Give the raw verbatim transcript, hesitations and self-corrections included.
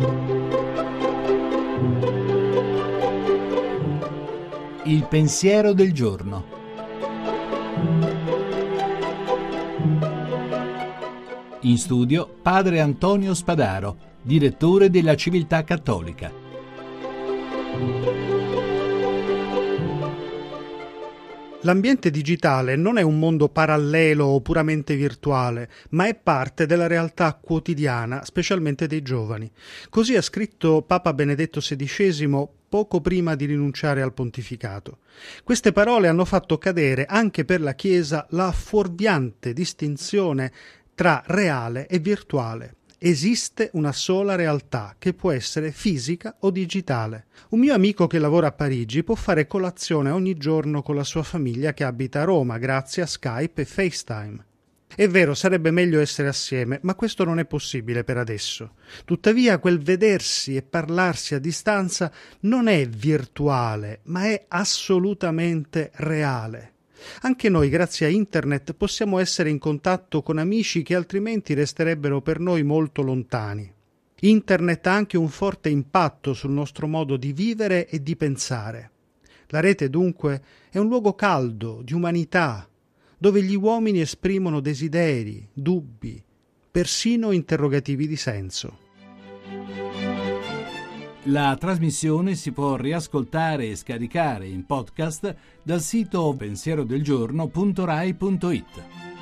Il pensiero del giorno. In studio padre Antonio Spadaro, direttore della Civiltà Cattolica. L'ambiente digitale non è un mondo parallelo o puramente virtuale, ma è parte della realtà quotidiana, specialmente dei giovani. Così ha scritto Papa Benedetto sedicesimo poco prima di rinunciare al pontificato. Queste parole hanno fatto cadere anche per la Chiesa la fuorviante distinzione tra reale e virtuale. Esiste una sola realtà, che può essere fisica o digitale. Un mio amico che lavora a Parigi può fare colazione ogni giorno con la sua famiglia che abita a Roma, grazie a Skype e FaceTime. È vero, sarebbe meglio essere assieme, ma questo non è possibile per adesso. Tuttavia, quel vedersi e parlarsi a distanza non è virtuale, ma è assolutamente reale. Anche noi, grazie a Internet, possiamo essere in contatto con amici che altrimenti resterebbero per noi molto lontani. Internet ha anche un forte impatto sul nostro modo di vivere e di pensare. La rete, dunque, è un luogo caldo, di umanità, dove gli uomini esprimono desideri, dubbi, persino interrogativi di senso. La trasmissione si può riascoltare e scaricare in podcast dal sito pensierodelgiorno punto rai punto it.